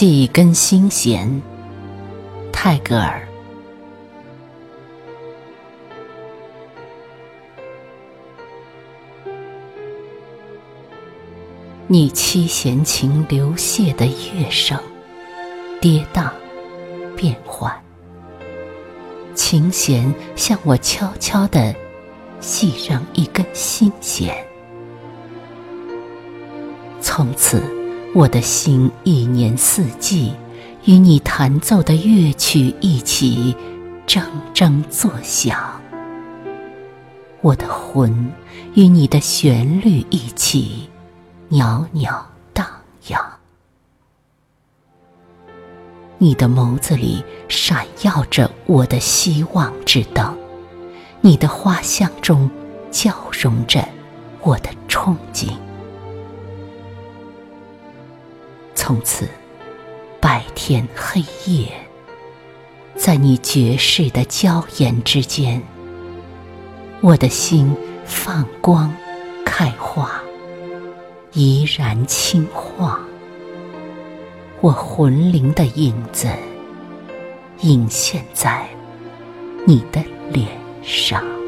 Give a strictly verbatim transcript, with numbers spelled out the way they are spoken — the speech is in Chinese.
气跟心弦，泰戈尔。你七弦琴流泻的乐声，跌宕变幻，琴弦向我悄悄地系上一根心弦。从此我的心一年四季与你弹奏的乐曲一起铮铮作响，我的魂与你的旋律一起袅袅荡漾。你的眸子里闪耀着我的希望之灯，你的花香中交融着我的憧憬。从此白天黑夜，在你绝世的娇颜之间，我的心放光开花，怡然轻晃，我魂灵的影子映现在你的脸上。